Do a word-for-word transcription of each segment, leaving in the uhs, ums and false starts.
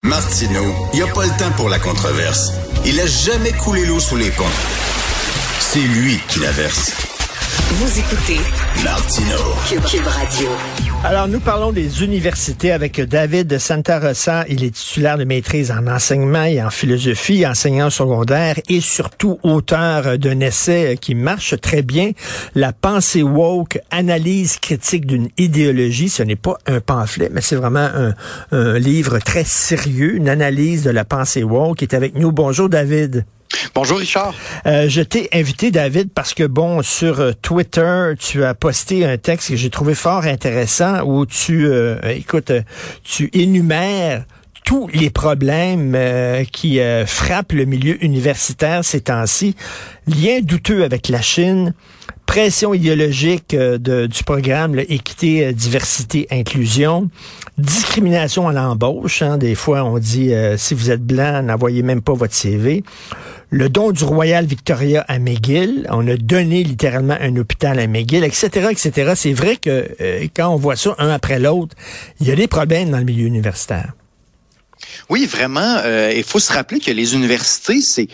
Martineau, il n'y a pas le temps pour la controverse. Il a jamais coulé l'eau sous les ponts. C'est lui qui la verse. Vous écoutez Martineau. Cube, Cube Radio. Alors, nous parlons des universités avec David Santarossa. Il est titulaire de maîtrise en enseignement et en philosophie, enseignant secondaire et surtout auteur d'un essai qui marche très bien. La pensée woke, analyse critique d'une idéologie. Ce n'est pas un pamphlet, mais c'est vraiment un, un livre très sérieux, une analyse de la pensée woke qui est avec nous. Bonjour, David. Bonjour Richard. Euh, je t'ai invité, David, parce que, bon, sur euh, Twitter, tu as posté un texte que j'ai trouvé fort intéressant où tu, euh, écoute, euh, tu énumères tous les problèmes euh, qui euh, frappent le milieu universitaire ces temps-ci. Lien douteux avec la Chine, pression idéologique euh, de, du programme là, équité, euh, diversité, inclusion, discrimination à l'embauche. Hein, des fois, on dit, euh, si vous êtes blanc, n'envoyez même pas votre C V. Le don du Royal Victoria à McGill. On a donné littéralement un hôpital à McGill, et cetera, et cetera. C'est vrai que euh, quand on voit ça un après l'autre, il y a des problèmes dans le milieu universitaire. Oui, vraiment. Euh, il faut se rappeler que les universités, c'est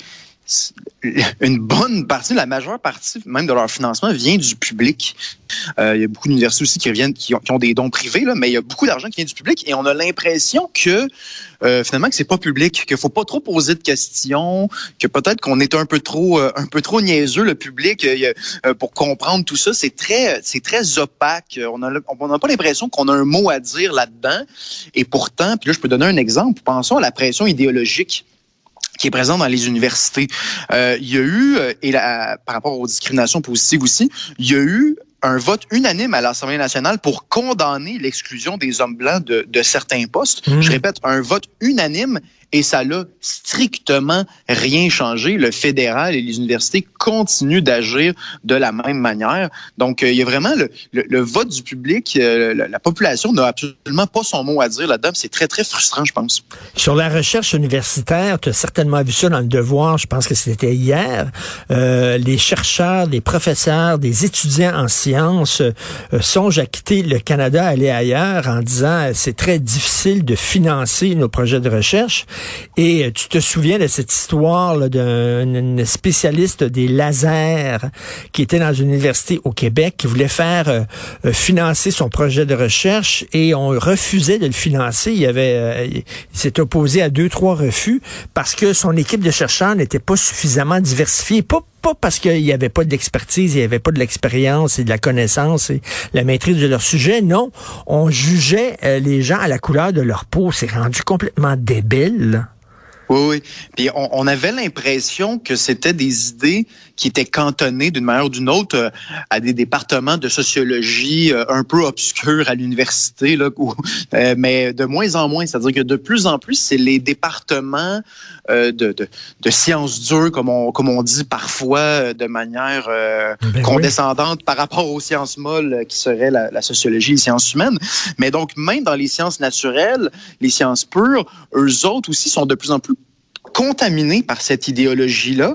une bonne partie, la majeure partie même de leur financement vient du public. Euh, il y a beaucoup d'universités aussi qui reviennent, qui ont, qui ont des dons privés, là, mais il y a beaucoup d'argent qui vient du public et on a l'impression que euh, finalement que c'est pas public, qu'il faut pas trop poser de questions, que peut-être qu'on est un peu trop, euh, un peu trop niaiseux le public euh, pour comprendre tout ça. C'est très, c'est très opaque. On a, on n'a pas l'impression qu'on a un mot à dire là-dedans. Et pourtant, puis là je peux donner un exemple. Pensons à la pression idéologique qui est présent dans les universités. Euh, il y a eu, et la, par rapport aux discriminations positives aussi, il y a eu un vote unanime à l'Assemblée nationale pour condamner l'exclusion des hommes blancs de, de certains postes. Mmh. Je répète, un vote unanime et ça n'a strictement rien changé. Le fédéral et les universités continuent d'agir de la même manière. Donc, euh, il y a vraiment le, le, le vote du public. Euh, la, la population n'a absolument pas son mot à dire là-dedans. C'est très, très frustrant, je pense. Sur la recherche universitaire, tu as certainement vu ça dans le Devoir, je pense que c'était hier. Euh, les chercheurs, les professeurs, des étudiants en sciences euh, songent à quitter le Canada, aller ailleurs en disant euh, c'est très difficile de financer nos projets de recherche. Et tu te souviens de cette histoire là, d'une spécialiste des lasers qui était dans une université au Québec, qui voulait faire euh, financer son projet de recherche et on refusait de le financer. Il y avait, euh, il s'est opposé à deux, trois refus parce que son équipe de chercheurs n'était pas suffisamment diversifiée. Pas Pas parce qu'il n'y avait pas d'expertise, il n'y avait pas de l'expérience et de la connaissance et la maîtrise de leur sujet. Non, on jugeait euh, les gens à la couleur de leur peau. C'est rendu complètement débile. Oui, oui. Puis on, on avait l'impression que c'était des idées qui étaient cantonnées d'une manière ou d'une autre euh, à des départements de sociologie euh, un peu obscurs à l'université, là, où, euh, mais de moins en moins. C'est-à-dire que de plus en plus, c'est les départements euh, de, de, de sciences dures, comme on, comme on dit parfois, euh, de manière euh, ben condescendante oui. par rapport aux sciences molles euh, qui seraient la, la sociologie et les sciences humaines. Mais donc, même dans les sciences naturelles, les sciences pures, eux autres aussi sont de plus en plus contaminés par cette idéologie-là.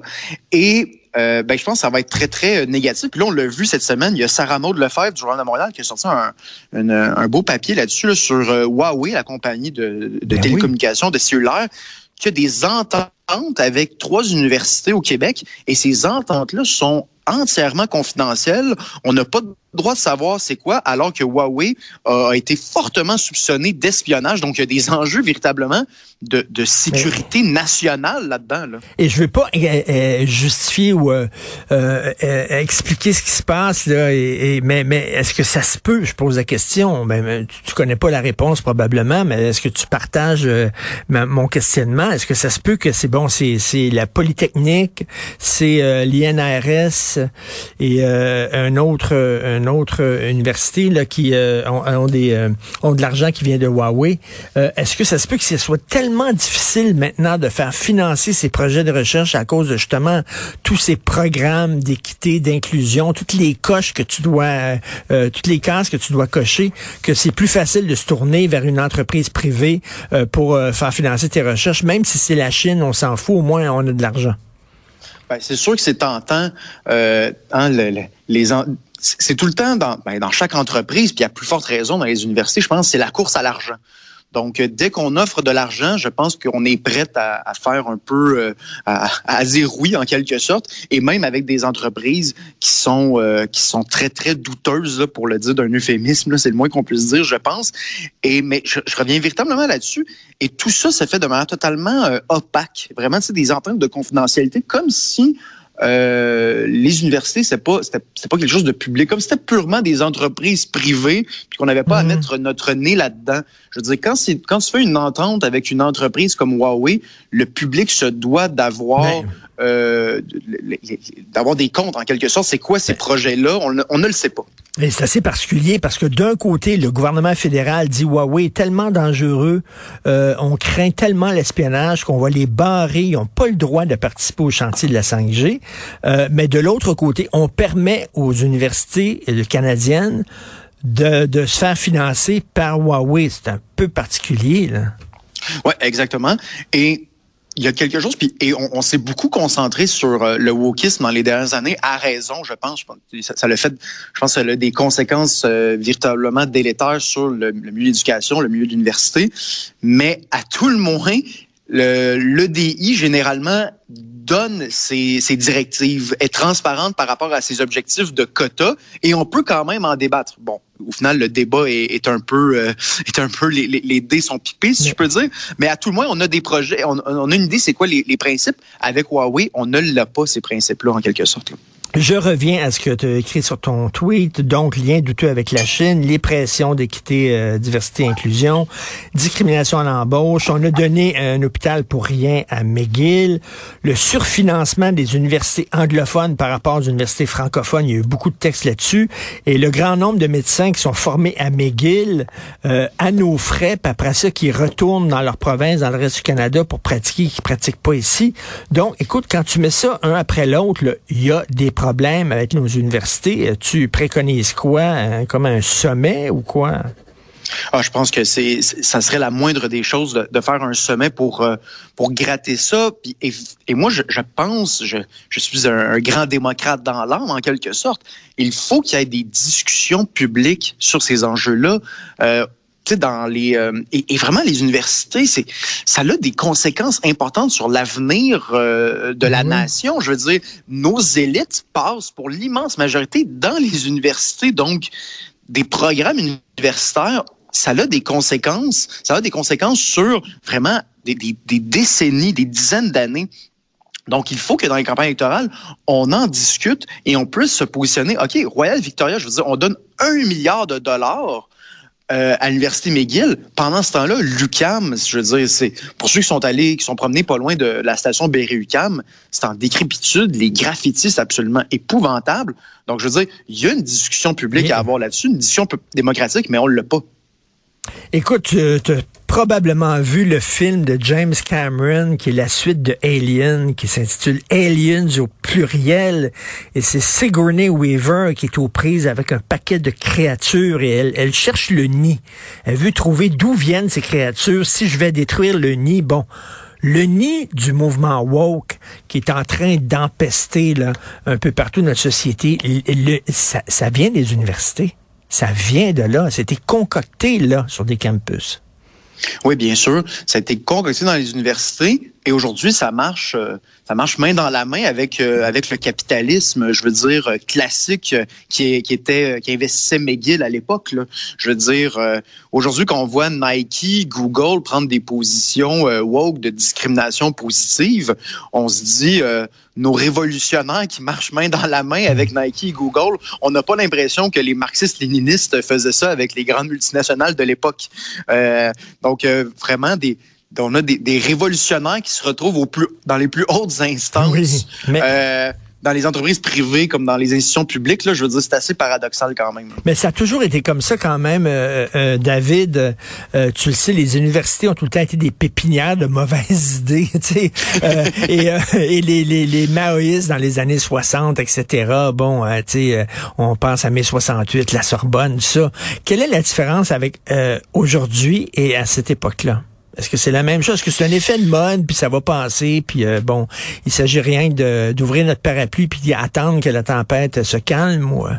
Et euh, ben, je pense que ça va être très, très négatif. Puis là, on l'a vu cette semaine, il y a Sarah Maud Lefebvre du Journal de Montréal qui a sorti un, un, un beau papier là-dessus là, sur euh, Huawei, la compagnie de, de ben télécommunications, oui. de cellulaire, qui a des ententes avec trois universités au Québec. Et ces ententes-là sont entièrement confidentielles. On n'a pas de droit de savoir c'est quoi, alors que Huawei a été fortement soupçonné d'espionnage. Donc, il y a des enjeux véritablement de, de sécurité mais, nationale là-dedans. Là. Et je ne veux pas euh, euh, justifier ou euh, euh, euh, expliquer ce qui se passe, là, et, et, mais, mais est-ce que ça se peut? Je pose la question. Ben, tu ne connais pas la réponse probablement, mais est-ce que tu partages euh, ma, mon questionnement? Est-ce que ça se peut que c'est bon, c'est, c'est la Polytechnique, c'est euh, l'I N R S et euh, un autre... un autre euh, université là, qui euh, ont, ont, des, euh, ont de l'argent qui vient de Huawei. Euh, est-ce que ça se peut que ce soit tellement difficile maintenant de faire financer ces projets de recherche à cause de justement tous ces programmes d'équité, d'inclusion, toutes les coches que tu dois, euh, toutes les cases que tu dois cocher, que c'est plus facile de se tourner vers une entreprise privée euh, pour euh, faire financer tes recherches, même si c'est la Chine, on s'en fout, au moins on a de l'argent. Ben, c'est sûr que c'est tentant, euh, hein, le, le, les en... c'est tout le temps dans, ben, dans chaque entreprise, puis à plus forte raison dans les universités, je pense, c'est la course à l'argent. Donc, dès qu'on offre de l'argent, je pense qu'on est prêt à, à faire un peu, euh, à, à dire oui en quelque sorte, et même avec des entreprises qui sont euh, qui sont très très douteuses, là, pour le dire d'un euphémisme, là, c'est le moins qu'on puisse dire, je pense. Et mais je, je reviens véritablement là-dessus. Et tout ça se fait de manière totalement euh, opaque, vraiment, tu sais, des ententes de confidentialité, comme si Euh, les universités, c'est pas, c'était, c'était pas quelque chose de public, comme si c'était purement des entreprises privées, puis qu'on n'avait pas mmh. à mettre notre nez là-dedans. Je veux dire, quand c'est, quand tu fais une entente avec une entreprise comme Huawei, le public se doit d'avoir, euh, d'avoir des comptes, en quelque sorte. C'est quoi ces projets-là? On, on ne le sait pas. Et c'est assez particulier parce que d'un côté, le gouvernement fédéral dit Huawei est tellement dangereux, euh, on craint tellement l'espionnage qu'on va les barrer, ils n'ont pas le droit de participer au chantier de la cinq G. Euh, mais de l'autre côté, on permet aux universités canadiennes de, de se faire financer par Huawei. C'est un peu particulier, là. Oui, exactement. Et il y a quelque chose, puis et on, on s'est beaucoup concentré sur euh, le wokisme dans les dernières années, à raison, je pense. Ça, ça le fait, je pense que ça a des conséquences euh, véritablement délétères sur le, le milieu de l'éducation, le milieu de l'université. Mais à tout le moins, le, l'E D I, généralement, donne ses, ses directives, est transparente par rapport à ses objectifs de quotas, et on peut quand même en débattre. Bon, au final, le débat est, est un peu, euh, est un peu les, les, les dés sont pipés, si mais... je peux dire. Mais à tout le moins, on a des projets, on, on a une idée, c'est quoi les, les principes. Avec Huawei, on ne l'a pas, ces principes-là, en quelque sorte. Là. Je reviens à ce que tu as écrit sur ton tweet, donc lien douteux avec la Chine, les pressions d'équité, euh, diversité, inclusion, discrimination à l'embauche. On a donné un hôpital pour rien à McGill, le surfinancement des universités anglophones par rapport aux universités francophones. Il y a eu beaucoup de textes là-dessus. Et le grand nombre de médecins qui sont formés à McGill euh, à nos frais, puis après ça, qui retournent dans leur province, dans le reste du Canada pour pratiquer, qui ne pratiquent pas ici. Donc, écoute, quand tu mets ça un après l'autre, il y a des problème avec nos universités. Tu préconises quoi? Hein, comme un sommet ou quoi? Ah, je pense que c'est, ça serait la moindre des choses de, de faire un sommet pour euh, pour gratter ça. Puis, et, et moi, je, je pense, je, je suis un, un grand démocrate dans l'âme, en quelque sorte. Il faut qu'il y ait des discussions publiques sur ces enjeux-là. Euh, dans les euh, et, et vraiment les universités, c'est ça a des conséquences importantes sur l'avenir euh, de la mmh. nation. Je veux dire, nos élites passent pour l'immense majorité dans les universités, donc des programmes universitaires, ça a des conséquences, ça a des conséquences sur vraiment des, des, des décennies, des dizaines d'années. Donc, il faut que dans les campagnes électorales, on en discute et on puisse se positionner. OK, Royal Victoria, je veux dire, on donne un milliard de dollars Euh, à l'université McGill. Pendant ce temps-là, l'U Q A M, je veux dire, c'est pour ceux qui sont allés, qui sont promenés pas loin de la station Berry-U Q A M, c'est en décrépitude. Les graffitis, c'est absolument épouvantable. Donc, je veux dire, il y a une discussion publique oui. à avoir là-dessus, une discussion démocratique, mais on l'a pas. Écoute, tu as probablement vu le film de James Cameron, qui est la suite de Alien, qui s'intitule Aliens au pluriel. Et c'est Sigourney Weaver qui est aux prises avec un paquet de créatures et elle, elle cherche le nid. Elle veut trouver d'où viennent ces créatures. Si je vais détruire le nid, bon... Le nid du mouvement woke qui est en train d'empester là, un peu partout dans notre société, le, le, ça, ça vient des universités. Ça vient de là. C'était concocté là sur des campus. Oui, bien sûr. Ça a été concocté dans les universités et aujourd'hui, ça marche, euh, ça marche main dans la main avec euh, avec le capitalisme, je veux dire euh, classique euh, qui est, qui était qui investissait McGill à l'époque. Là. Je veux dire, euh, aujourd'hui, quand on voit Nike, Google prendre des positions euh, woke de discrimination positive, on se dit euh, nos révolutionnaires qui marchent main dans la main avec Nike et Google, on n'a pas l'impression que les marxistes-léninistes faisaient ça avec les grandes multinationales de l'époque. Euh, donc euh, vraiment des On a des, des révolutionnaires qui se retrouvent au plus, dans les plus hautes instances, oui, mais... euh, dans les entreprises privées comme dans les institutions publiques. Là, je veux dire, c'est assez paradoxal quand même. Mais ça a toujours été comme ça quand même, euh, euh, David. Euh, tu le sais, les universités ont tout le temps été des pépinières de mauvaises idées, tu sais. Euh, et euh, et les, les, les maoïstes dans les années soixante, et cetera. Bon, euh, tu sais, euh, on pense à mai soixante-huit, la Sorbonne, ça. Quelle est la différence avec euh, aujourd'hui et à cette époque-là? Est-ce que c'est la même chose? Est-ce que c'est un effet de mode, puis ça va passer, puis euh, bon, il s'agit rien de d'ouvrir notre parapluie puis d'attendre que la tempête se calme, ou euh,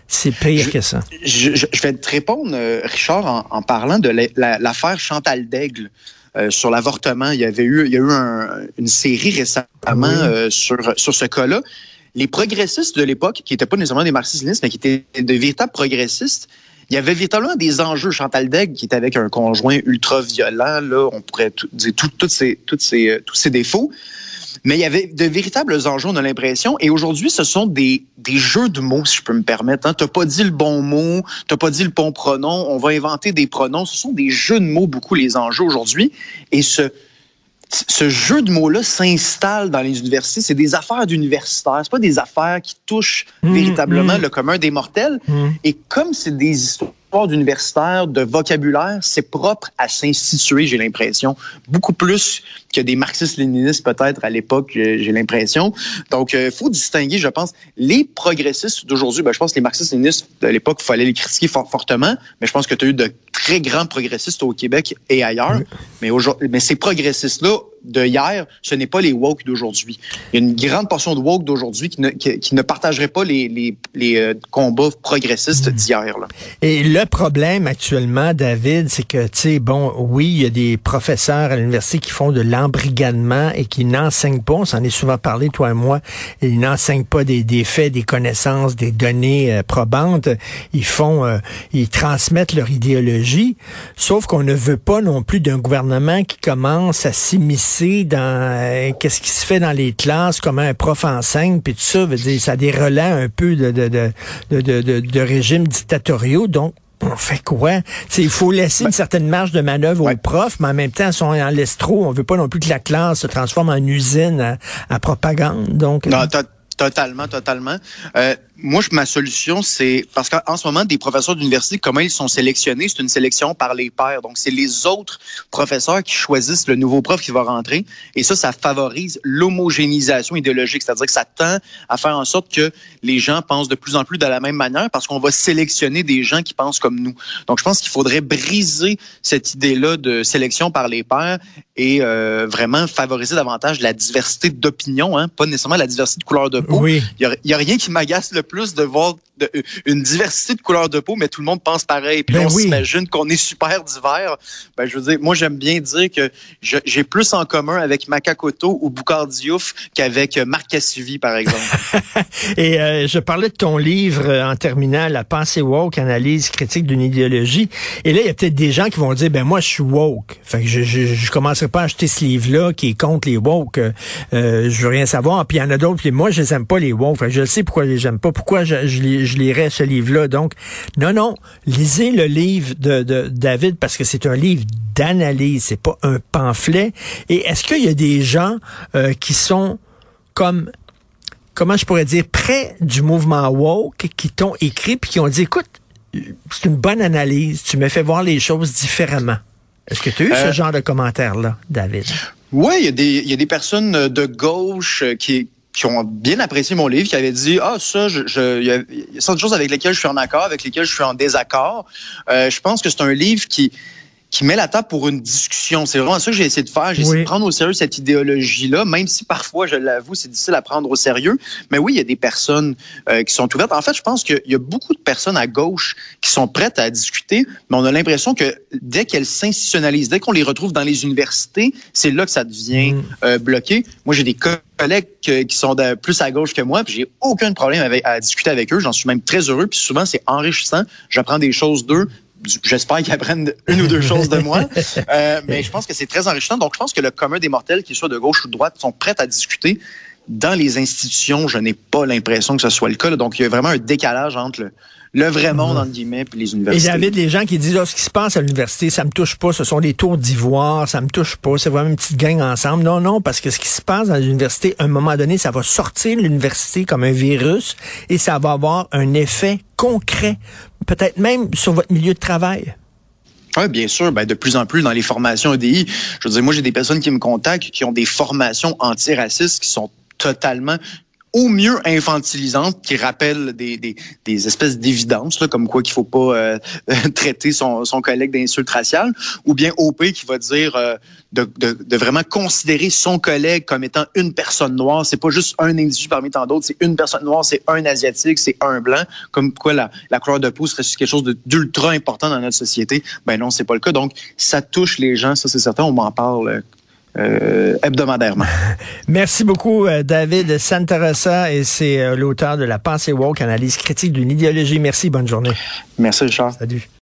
C'est pire je, que ça. Je, je, je vais te répondre, euh, Richard, en, en parlant de la, la, l'affaire Chantal Daigle. Euh, sur l'avortement, il y avait eu, il y a eu un, une série récemment oui. euh, sur sur ce cas-là. Les progressistes de l'époque, qui n'étaient pas nécessairement des marxistes-léninistes, mais qui étaient de véritables progressistes, il y avait véritablement des enjeux. Chantal Daigle, qui était avec un conjoint ultra-violent, là, on pourrait tout, dire tout, tout ses, tout ses, tous ses défauts. Mais il y avait de véritables enjeux, on a l'impression. Et aujourd'hui, ce sont des, des jeux de mots, si je peux me permettre. Hein. Tu n'as pas dit le bon mot, tu n'as pas dit le bon pronom. On va inventer des pronoms. Ce sont des jeux de mots, beaucoup, les enjeux aujourd'hui. Et ce, ce jeu de mots-là s'installe dans les universités. C'est des affaires d'universitaires. C'est pas des affaires qui touchent mmh, véritablement mmh. le commun des mortels. Mmh. Et comme c'est des histoires d'universitaires, de vocabulaire, c'est propre à s'instituer, j'ai l'impression. Beaucoup plus que des marxistes-léninistes, peut-être, à l'époque, j'ai l'impression. Donc, il euh, faut distinguer, je pense, les progressistes d'aujourd'hui. Ben, je pense que les marxistes-léninistes de l'époque, il fallait les critiquer fort, fortement, mais je pense que tu as eu de très grands progressistes au Québec et ailleurs. Oui. Mais, aujourd'hui, mais ces progressistes-là, de hier, ce n'est pas les woke d'aujourd'hui. Il y a une grande portion de woke d'aujourd'hui qui ne, qui, qui ne partagerait pas les, les, les euh, combats progressistes mmh. d'hier. Là. Et le problème actuellement, David, c'est que, tu sais, bon, oui, il y a des professeurs à l'université qui font de l'embrigadement et qui n'enseignent pas. On s'en est souvent parlé, toi et moi. Ils n'enseignent pas des, des faits, des connaissances, des données euh, probantes. Ils font, euh, ils transmettent leur idéologie. Sauf qu'on ne veut pas non plus d'un gouvernement qui commence à s'immiscer dans euh, qu'est-ce qui se fait dans les classes, comment un prof enseigne, puis tout ça, veut dire, ça a des relents un peu de, de, de, de, de, de, de régimes dictatoriaux. Donc, on fait quoi? T'sais, il faut laisser ben, une certaine marge de manœuvre ouais. aux profs, mais en même temps, si on en laisse trop, on veut pas non plus que la classe se transforme en usine à, à propagande. Donc, non, euh... totalement, totalement. Euh, moi, ma solution, c'est parce qu'en ce moment, des professeurs d'université, comment ils sont sélectionnés, c'est une sélection par les pairs. Donc, c'est les autres professeurs qui choisissent le nouveau prof qui va rentrer. Et ça, ça favorise l'homogénéisation idéologique. C'est-à-dire que ça tend à faire en sorte que les gens pensent de plus en plus de la même manière parce qu'on va sélectionner des gens qui pensent comme nous. Donc, je pense qu'il faudrait briser cette idée-là de sélection par les pairs et euh, vraiment favoriser davantage la diversité d'opinion, hein, pas nécessairement la diversité de couleur de peau. Oui. Il y a, a rien qui m'agace le plus de voir de, une diversité de couleurs de peau, mais tout le monde pense pareil. Puis ben on oui. s'imagine qu'on est super divers. Ben, je veux dire, moi, j'aime bien dire que je, j'ai plus en commun avec Makakoto ou Boukhar Diouf qu'avec Marc Cassivi, par exemple. Et euh, je parlais de ton livre euh, en terminant, La pensée woke, analyse critique d'une idéologie. Et là, il y a peut-être des gens qui vont dire, ben moi, je suis woke. Fait que je, je, je commencerai pas à acheter ce livre-là qui est contre les woke. Euh, je veux rien savoir. Puis il y en a d'autres, puis moi, je les aime pas, les woke. Fait que je sais pourquoi je les aime pas. Pourquoi je, je, je lirais ce livre-là. Donc, non, non, lisez le livre de, de David parce que c'est un livre d'analyse, c'est pas un pamphlet. Et est-ce qu'il y a des gens euh, qui sont comme, comment je pourrais dire, près du mouvement woke, qui t'ont écrit puis qui ont dit, écoute, c'est une bonne analyse, tu me fais voir les choses différemment. Est-ce que tu as eu euh, ce genre de commentaires-là, David? Oui, il y a des, il y a des personnes de gauche qui qui ont bien apprécié mon livre, qui avaient dit « Ah, ça, je, je, il y a certaines choses avec lesquelles je suis en accord, avec lesquelles je suis en désaccord. Euh, » Je pense que c'est un livre qui qui met la table pour une discussion. C'est vraiment ça que j'ai essayé de faire. J'ai oui. essayé de prendre au sérieux cette idéologie-là, même si parfois, je l'avoue, c'est difficile à prendre au sérieux. Mais oui, il y a des personnes euh, qui sont ouvertes. En fait, je pense qu'il y a beaucoup de personnes à gauche qui sont prêtes à discuter, mais on a l'impression que dès qu'elles s'institutionnalisent, dès qu'on les retrouve dans les universités, c'est là que ça devient mmh. euh, bloqué. Moi, j'ai des collègues qui sont de, plus à gauche que moi, puis j'ai aucun problème avec, à discuter avec eux. J'en suis même très heureux, puis souvent, c'est enrichissant. J'apprends des choses d'eux. J'espère qu'ils apprennent une ou deux choses de moi. Euh, mais je pense que c'est très enrichissant. Donc, je pense que le commun des mortels, qu'ils soient de gauche ou de droite, sont prêts à discuter. Dans les institutions, je n'ai pas l'impression que ce soit le cas. Là. Donc, il y a vraiment un décalage entre le, le vrai monde, entre guillemets, et les universités. Et David, les gens qui disent, oh, ce qui se passe à l'université, ça me touche pas, ce sont des tours d'ivoire, ça me touche pas, c'est vraiment une petite gang ensemble. Non, non, parce que ce qui se passe dans l'université, à un moment donné, ça va sortir de l'université comme un virus et ça va avoir un effet concret, peut-être même sur votre milieu de travail. Oui, bien sûr. Ben, de plus en plus dans les formations E D I. Je veux dire, moi, j'ai des personnes qui me contactent qui ont des formations antiracistes qui sont totalement au mieux infantilisantes, qui rappellent des, des, des espèces d'évidences, là, comme quoi qu'il faut pas euh, traiter son, son collègue d'insulte raciale, ou bien O P qui va dire euh, de, de, de vraiment considérer son collègue comme étant une personne noire. C'est pas juste un individu parmi tant d'autres, c'est une personne noire, c'est un asiatique, c'est un blanc, comme quoi la, la couleur de peau serait quelque chose de, d'ultra important dans notre société. Ben non, c'est pas le cas. Donc, ça touche les gens, ça c'est certain, on m'en parle Euh, hebdomadairement. Merci beaucoup, euh, David Santarossa, et c'est euh, l'auteur de La pensée woke, analyse critique d'une idéologie. Merci, bonne journée. Merci, Richard. Salut.